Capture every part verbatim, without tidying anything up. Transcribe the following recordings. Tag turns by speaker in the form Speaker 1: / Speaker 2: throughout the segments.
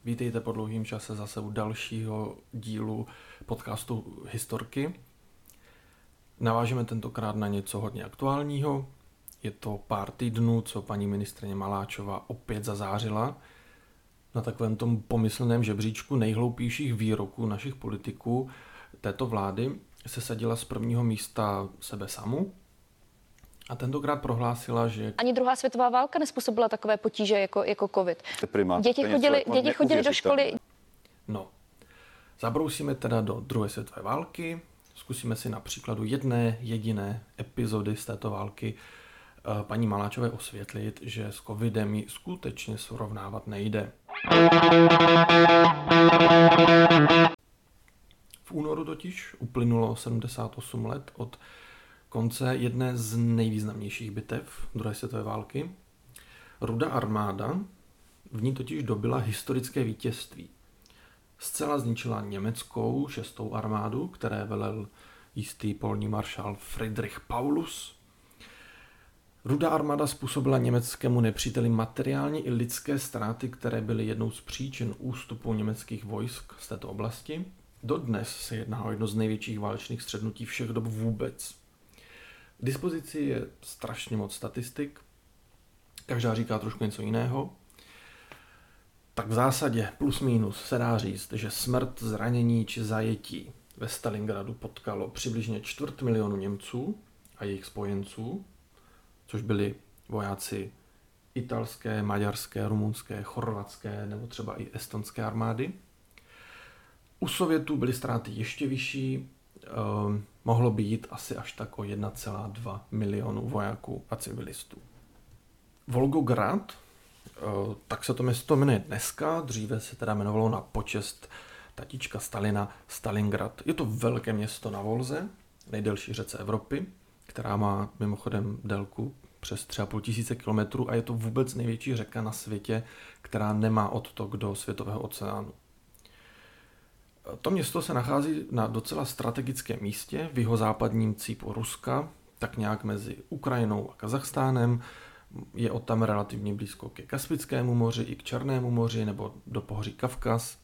Speaker 1: Vítejte po dlouhém čase zase u dalšího dílu podcastu Historky. Navážeme tentokrát na něco hodně aktuálního. Je to pár týdnů, co paní ministryně Maláčová opět zazářila na takovém tom pomyslném žebříčku nejhloupějších výroků našich politiků této vlády. Se sadila z prvního místa sebe samu a tentokrát prohlásila, že
Speaker 2: ani druhá světová válka nezpůsobila takové potíže jako, jako covid.
Speaker 3: Prima,
Speaker 2: Děti chodili, děti chodili do školy.
Speaker 1: No, zabrousíme teda do druhé světové války, zkusíme si na příkladu jedné jediné epizody z této války paní Maláčové osvětlit, že s covidem ji skutečně srovnávat nejde. V únoru totiž uplynulo sedmdesát osm let od konce jedné z nejvýznamnějších bitev druhé světové války. Rudá armáda v ní totiž dobyla historické vítězství. Zcela zničila německou šestou armádu, které velel jistý polní maršál Friedrich Paulus. Rudá armáda způsobila německému nepříteli materiální i lidské ztráty, které byly jednou z příčin ústupu německých vojsk z této oblasti. Dodnes se jedná o jedno z největších válečných střetnutí všech dob vůbec. K dispozici je strašně moc statistik, každá říká trošku něco jiného. Tak v zásadě plus minus se dá říct, že smrt, zranění či zajetí ve Stalingradu potkalo přibližně čtvrt milionu Němců a jejich spojenců, což byli vojáci italské, maďarské, rumunské, chorvatské nebo třeba i estonské armády. U Sovětů byly ztráty ještě vyšší, eh, mohlo by jít asi až tak o jedna celá dva milionu vojáků a civilistů. Volgograd, eh, tak se to město jmenuje dneska, dříve se teda jmenovalo na počest tatíčka Stalina Stalingrad. Je to velké město na Volze, nejdelší řece Evropy, která má mimochodem délku přes tři a půl tisíce kilometrů a je to vůbec největší řeka na světě, která nemá odtok do světového oceánu. To město se nachází na docela strategickém místě v jihozápadním cípu Ruska, tak nějak mezi Ukrajinou a Kazachstánem. Je od tam relativně blízko ke Kaspickému moři i k Černému moři nebo do pohoří Kavkaz.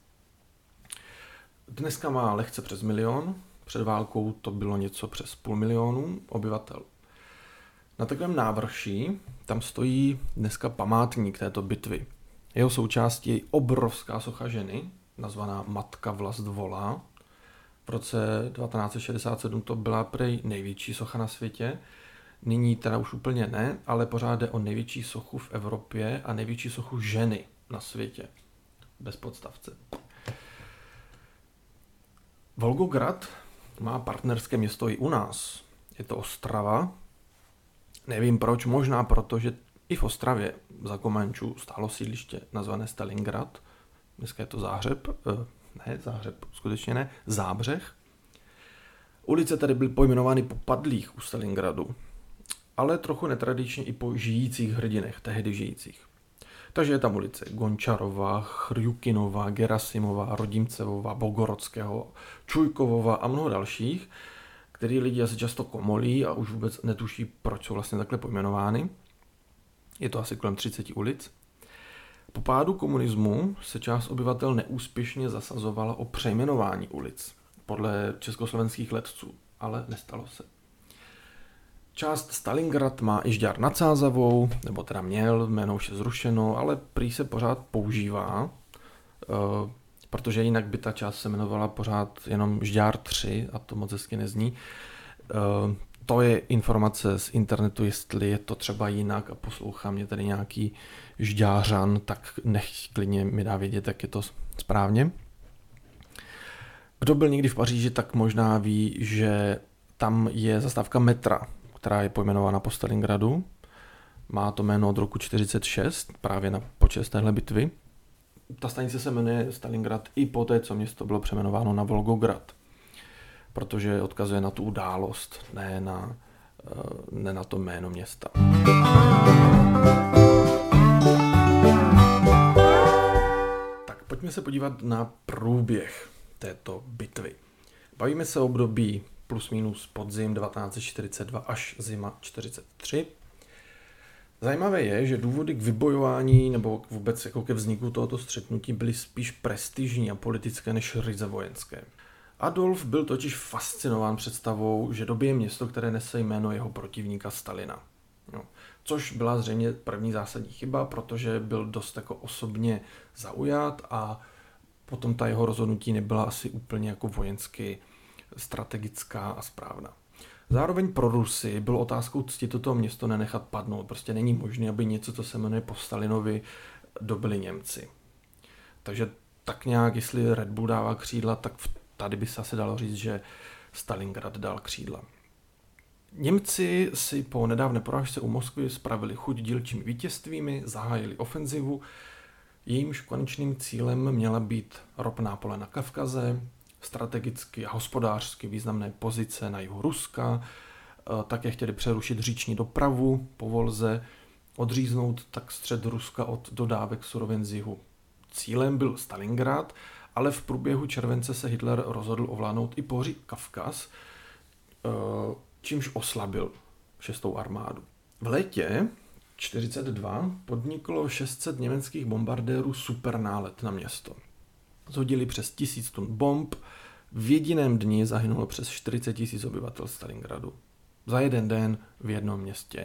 Speaker 1: Dneska má lehce přes milion, před válkou to bylo něco přes půl milionu obyvatel. Na takovém návrší tam stojí dneska památník této bitvy. Jeho součástí je obrovská socha ženy, nazvaná Matka Vlast volá. V roce devatenáct set šedesát sedm to byla prej největší socha na světě. Nyní teda už úplně ne, ale pořád jde o největší sochu v Evropě a největší sochu ženy na světě. Bez podstavce. Volgograd má partnerské město i u nás. Je to Ostrava. Nevím proč, možná proto, že i v Ostravě za Komančů stálo sídliště nazvané Stalingrad. Dneska je to Záhřeb, ne, Záhřeb, skutečně ne, Zábřeh. Ulice tady byly pojmenovány po padlých u Stalingradu, ale trochu netradičně i po žijících hrdinech, tehdy žijících. Takže je tam ulice Gončarova, Chrjukinova, Gerasimová, Rodimcevova, Bogorodského, Čujkovova a mnoho dalších, který lidi asi často komolí a už vůbec netuší, proč jsou vlastně takhle pojmenovány. Je to asi kolem třicet ulic. Po pádu komunismu se část obyvatel neúspěšně zasazovala o přejmenování ulic podle československých letců, ale nestalo se. Část Stalingrad má i Žďár nad Sázavou, nebo teda měl, jméno už je zrušeno, ale prý se pořád používá, protože jinak by ta část se jmenovala pořád jenom Žďár tři a to moc hezky nezní. To je informace z internetu, jestli je to třeba jinak a poslouchá mě tady nějaký žďářan, tak nech klidně mi dá vědět, jak je to správně. Kdo byl někdy v Paříži, tak možná ví, že tam je zastávka metra, která je pojmenována po Stalingradu. Má to jméno od roku čtyřicet šest, právě na počest téhle bitvy. Ta stanice se jmenuje Stalingrad i poté, co město bylo přejmenováno na Volgograd, protože odkazuje na tu událost, ne na, ne na to jméno města. Tak pojďme se podívat na průběh této bitvy. Bavíme se o období plus minus podzim devatenáct set čtyřicet dva až zima čtyřicet tři. Zajímavé je, že důvody k vybojování nebo vůbec jako ke vzniku tohoto střetnutí byly spíš prestižní a politické než ryze vojenské. Adolf byl totiž fascinován představou, že dobije město, které nese jméno jeho protivníka Stalina. No, což byla zřejmě první zásadní chyba, protože byl dost jako osobně zaujat a potom ta jeho rozhodnutí nebyla asi úplně jako vojensky strategická a správná. Zároveň pro Rusy bylo otázkou cti toto město nenechat padnout. Prostě není možné, aby něco, co se jmenuje po Stalinovi, dobili Němci. Takže tak nějak, jestli Red Bull dává křídla, tak tady by se asi dalo říct, že Stalingrad dal křídla. Němci si po nedávné porážce u Moskvy spravili chuť dílčími vítězstvími, zahájili ofenzivu. Jejímž konečným cílem měla být ropná pole na Kavkaze, strategicky a hospodářsky významné pozice na jihu Ruska, také chtěli přerušit říční dopravu po Volze, odříznout tak střed Ruska od dodávek surovin z jihu. Cílem byl Stalingrad, ale v průběhu července se Hitler rozhodl ovládnout i pohoří Kavkaz, čímž oslabil šestou armádu. V létě čtyřicet dva podniklo šest set německých bombardérů supernálet na město. Zhodili přes tisíc tun bomb, v jediném dni zahynulo přes čtyřicet tisíc obyvatel Stalingradu. Za jeden den v jednom městě.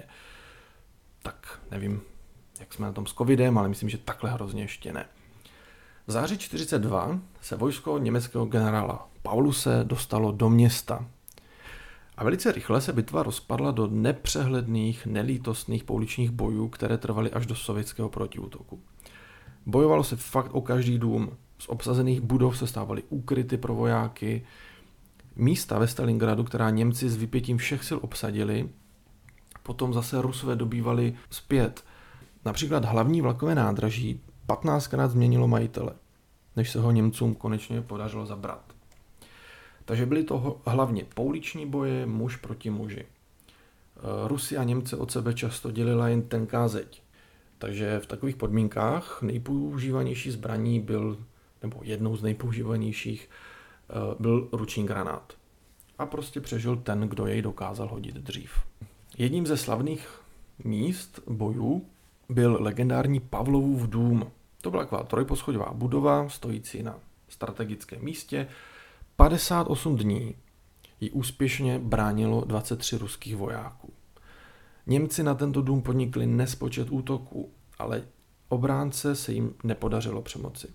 Speaker 1: Tak nevím, jak jsme na tom s covidem, ale myslím, že takhle hrozně ještě ne. V září čtyřicet dva se vojsko německého generála Pauluse dostalo do města. A velice rychle se bitva rozpadla do nepřehledných, nelítostných pouličních bojů, které trvaly až do sovětského protiútoku. Bojovalo se fakt o každý dům. Z obsazených budov se stávaly úkryty pro vojáky. Místa ve Stalingradu, která Němci s vypětím všech sil obsadili, potom zase Rusové dobývali zpět. Například hlavní vlakové nádraží patnáctkrát změnilo majitele, než se ho Němcům konečně podařilo zabrat. Takže byly to hlavně pouliční boje, muž proti muži. Rusi a Němci od sebe často dělila jen tenká zeď. Takže v takových podmínkách nejpoužívanější zbraní byl, nebo jednou z nejpoužívanějších, byl ruční granát. A prostě přežil ten, kdo jej dokázal hodit dřív. Jedním ze slavných míst bojů byl legendární Pavlovův dům. To byla taková trojposchodová budova, stojící na strategickém místě. padesát osm dní ji úspěšně bránilo dvacet tři ruských vojáků. Němci na tento dům podnikli nespočet útoků, ale obránce se jim nepodařilo přemoci.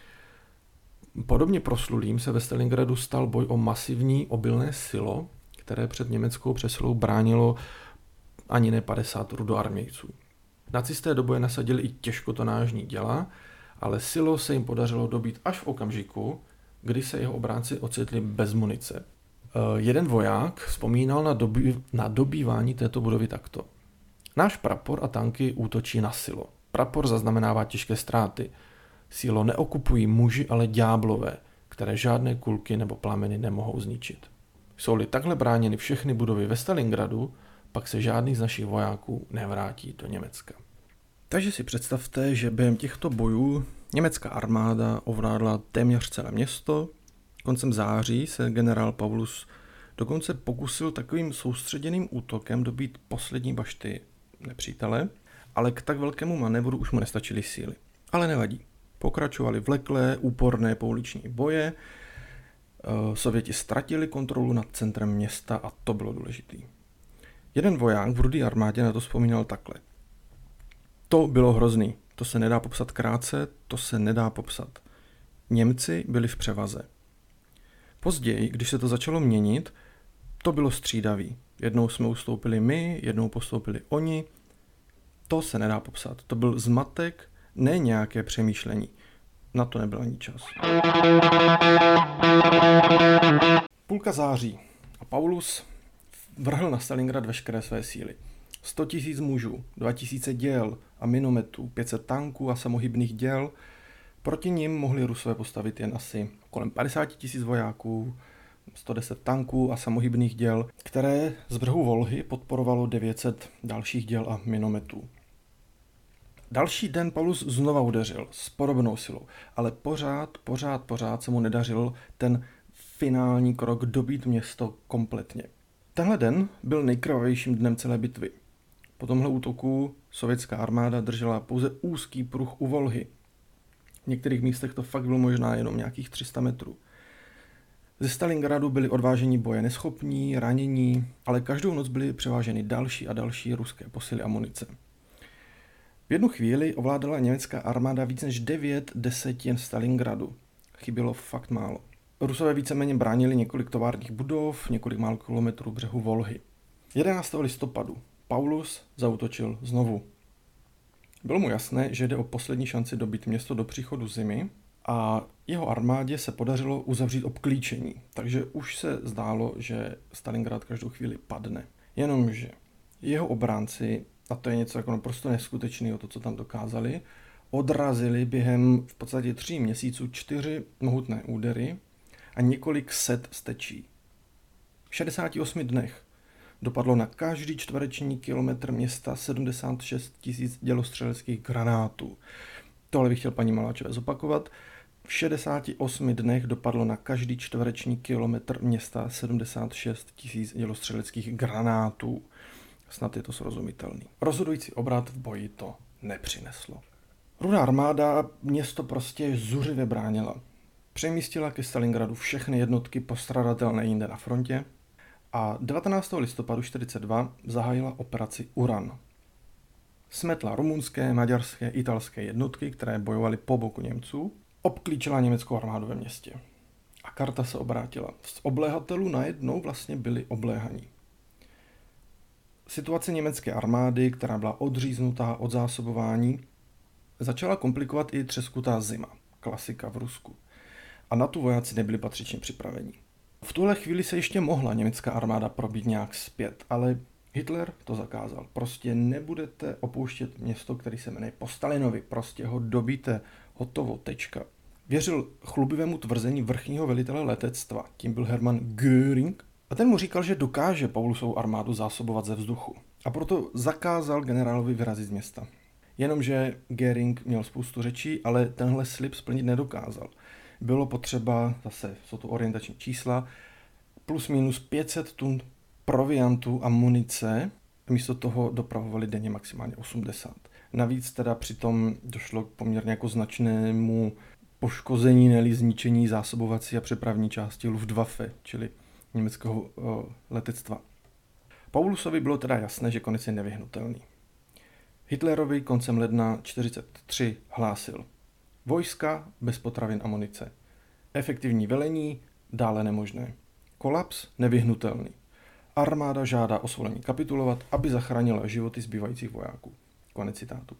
Speaker 1: Podobně proslulým se ve Stalingradu stal boj o masivní obilné silo, které před německou přesilou bránilo ani ne padesát rudoarmějců. Nacisté do boje nasadili i těžkotonážní děla, ale silo se jim podařilo dobít až v okamžiku, kdy se jeho obránci ocitli bez munice. Jeden voják vzpomínal na, dobý, na dobývání této budovy takto. Náš prapor a tanky útočí na silo. Prapor zaznamenává těžké ztráty. Silo neokupují muži, ale ďáblové, které žádné kulky nebo plameny nemohou zničit. Jsou-li takhle bráněny všechny budovy ve Stalingradu, pak se žádný z našich vojáků nevrátí do Německa. Takže si představte, že během těchto bojů německá armáda ovládla téměř celé město. Koncem září se generál Paulus dokonce pokusil takovým soustředěným útokem dobít poslední bašty nepřítele, ale k tak velkému manévru už mu nestačily síly. Ale nevadí. Pokračovali vleklé, úporné pouliční boje, Sověti ztratili kontrolu nad centrem města a to bylo důležité. Jeden voják v Rudé armádě na to vzpomínal takhle. To bylo hrozný, to se nedá popsat krátce, to se nedá popsat. Němci byli v převaze. Později, když se to začalo měnit, to bylo střídavý. Jednou jsme ustoupili my, jednou postoupili oni. To se nedá popsat. To byl zmatek, ne nějaké přemýšlení. Na to nebyl ani čas. Půlka září a Paulus vrhl na Stalingrad veškeré své síly. sto tisíc mužů, dva tisíce děl a minometů, pět set tanků a samohybných děl. Proti nim mohli Rusové postavit jen asi kolem padesát tisíc vojáků, sto deset tanků a samohybných děl, které z břehu Volhy podporovalo devět set dalších děl a minometů. Další den Paulus znova udeřil s podobnou silou, ale pořád, pořád, pořád se mu nedařil ten finální krok dobít město kompletně. Tenhle den byl nejkrvavějším dnem celé bitvy. Po tomhle útoku sovětská armáda držela pouze úzký pruh u Volhy. V některých místech to fakt bylo možná jenom nějakých tři sta metrů. Ze Stalingradu byli odváženi boje neschopní, ranění, ale každou noc byly převáženy další a další ruské posily a munice. V jednu chvíli ovládala německá armáda víc než devět desetin Stalingradu. Chybělo fakt málo. Rusové víceméně bránili několik továrních budov, několik málo kilometrů břehu Volhy. jedenáctého listopadu Paulus zaútočil znovu. Bylo mu jasné, že jde o poslední šanci dobít město do příchodu zimy a jeho armádě se podařilo uzavřít obklíčení, takže už se zdálo, že Stalingrad každou chvíli padne. Jenomže jeho obránci, a to je něco jako naprosto neskutečného, to, co tam dokázali, odrazili během v podstatě tří měsíců čtyři mohutné údery a několik set stečí. V šedesáti osmi dnech dopadlo na každý čtvereční kilometr města sedmdesát šest tisíc dělostřeleckých granátů. Tohle bych chtěl paní Maláčové zopakovat. V šedesáti osmi dnech dopadlo na každý čtvereční kilometr města sedmdesát šest tisíc dělostřeleckých granátů. Snad je to srozumitelný. Rozhodující obrat v boji to nepřineslo. Rudá armáda město prostě zuřivě bránila. Přemístila ke Stalingradu všechny jednotky postradatelné jinde na frontě a devatenáctého listopadu čtyřicet dva zahájila operaci Uran. Smetla rumunské, maďarské, italské jednotky, které bojovaly po boku Němců, obklíčila německou armádu ve městě. A karta se obrátila. Z obléhatelů najednou vlastně byli obléhaní. Situace německé armády, která byla odříznutá od zásobování, začala komplikovat i třeskutá zima, klasika v Rusku. A na tu vojáci nebyli patřičně připraveni. V tuhle chvíli se ještě mohla německá armáda probít nějak zpět, ale Hitler to zakázal. Prostě nebudete opouštět město, který se jmenuje po Stalinovi. Prostě ho dobíte, hotovo, tečka. Věřil chlubivému tvrzení vrchního velitele letectva, tím byl Hermann Göring, a ten mu říkal, že dokáže Paulusovu armádu zásobovat ze vzduchu. A proto zakázal generálovi vyrazit z města. Jenomže Göring měl spoustu řečí, ale tenhle slib splnit nedokázal. Bylo potřeba, zase jsou to orientační čísla, plus minus pět set tun proviantu a munice, místo toho dopravovali denně maximálně osmdesát. Navíc teda přitom došlo k poměrně jako značnému poškození, neli zničení zásobovací a přepravní části Luftwaffe, čili německého uh, letectva. Paulusovi bylo teda jasné, že konec je nevyhnutelný. Hitlerovi koncem ledna čtyřicet tři hlásil: vojska bez potravin a munice. Efektivní velení dále nemožné. Kolaps nevyhnutelný. Armáda žádá o svolení kapitulovat, aby zachránila životy zbývajících vojáků. Konec citátu.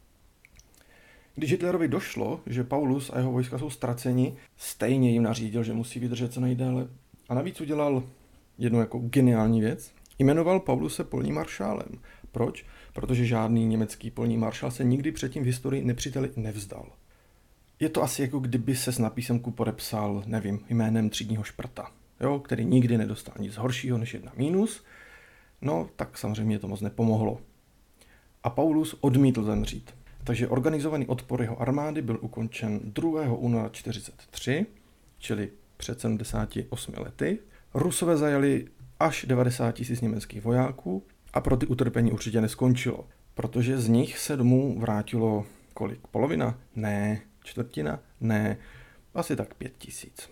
Speaker 1: Když Hitlerovi došlo, že Paulus a jeho vojska jsou ztraceni, stejně jim nařídil, že musí vydržet co nejdéle. A navíc udělal jednu jako geniální věc. Jmenoval Pauluse polním maršálem. Proč? Protože žádný německý polní maršál se nikdy předtím v historii nepříteli nevzdal. Je to asi jako kdyby se s na písemku podepsal, nevím, jménem třídního šprta, jo, který nikdy nedostal nic horšího než jedna mínus. No, tak samozřejmě to moc nepomohlo. A Paulus odmítl zemřít. Takže organizovaný odpor jeho armády byl ukončen druhého února čtyřicet tři, čili před sedmdesáti osmi lety. Rusové zajali až devadesát tisíc německých vojáků a pro ty utrpení určitě neskončilo, protože z nich se domů vrátilo kolik? Polovina? Ne. Čtvrtina? Ne. Asi tak pět tisíc.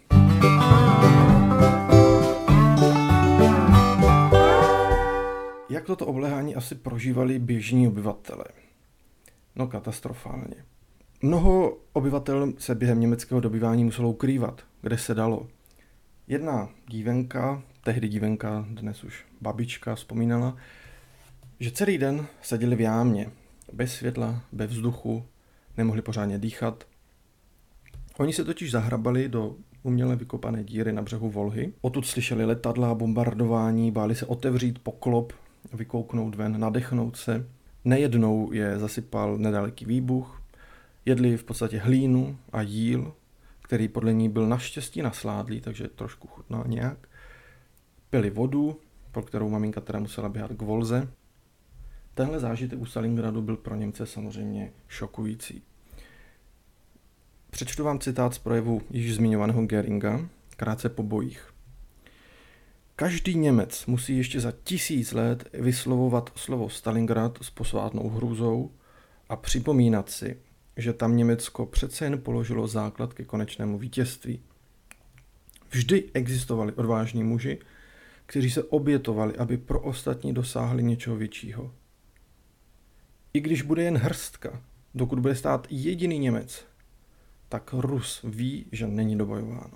Speaker 1: Jak toto obléhání asi prožívali běžní obyvatelé? No katastrofálně. Mnoho obyvatel se během německého dobývání muselo ukrývat, kde se dalo. Jedna dívenka, tehdy dívenka, dnes už babička, vzpomínala, že celý den seděli v jámě, bez světla, bez vzduchu, nemohli pořádně dýchat. Oni se totiž zahrabali do uměle vykopané díry na břehu Volhy. Odtud slyšeli letadla, bombardování, báli se otevřít poklop, vykouknout ven, nadechnout se. Nejednou je zasypal nedaleký výbuch, jedli v podstatě hlínu a jíl, který podle ní byl naštěstí nasládlý, takže trošku chutnal nějak. Pili vodu, pro kterou maminka teda musela běhat k Volze. Tenhle zážitek u Stalingradu byl pro Němce samozřejmě šokující. Přečtu vám citát z projevu již zmiňovaného Göringa, krátce po bojích. Každý Němec musí ještě za tisíc let vyslovovat slovo Stalingrad s posvátnou hrůzou a připomínat si, že tam Německo přece jen položilo základ ke konečnému vítězství. Vždy existovali odvážní muži, kteří se obětovali, aby pro ostatní dosáhli něčeho většího. I když bude jen hrstka, dokud bude stát jediný Němec, tak Rus ví, že není dobojováno.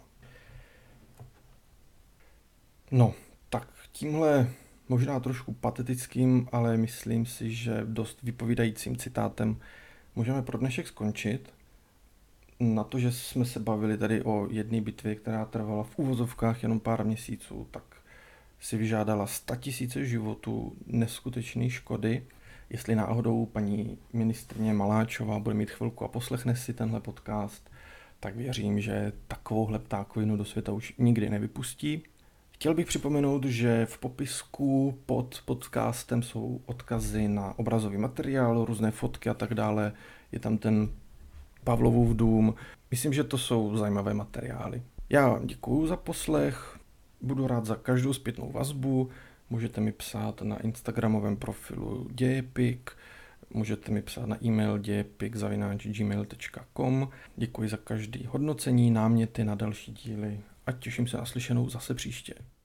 Speaker 1: No, tak tímhle možná trošku patetickým, ale myslím si, že dost vypovídajícím citátem můžeme pro dnešek skončit. Na to, že jsme se bavili tady o jedné bitvě, která trvala v uvozovkách jenom pár měsíců, tak si vyžádala statisíce životů, neskutečné škody. Jestli náhodou paní ministryně Maláčová bude mít chvilku a poslechne si tenhle podcast, tak věřím, že takovouhle ptákovinu do světa už nikdy nevypustí. Chtěl bych připomenout, že v popisku pod podcastem jsou odkazy na obrazový materiál, různé fotky a tak dále. Je tam ten Pavlovův dům. Myslím, že to jsou zajímavé materiály. Já vám děkuju za poslech, budu rád za každou zpětnou vazbu. Můžete mi psát na instagramovém profilu dějepik, můžete mi psát na e-mail dějepik zavináč gmail tečka com. Děkuji za každý hodnocení, náměty na další díly a těším se na slyšenou zase příště.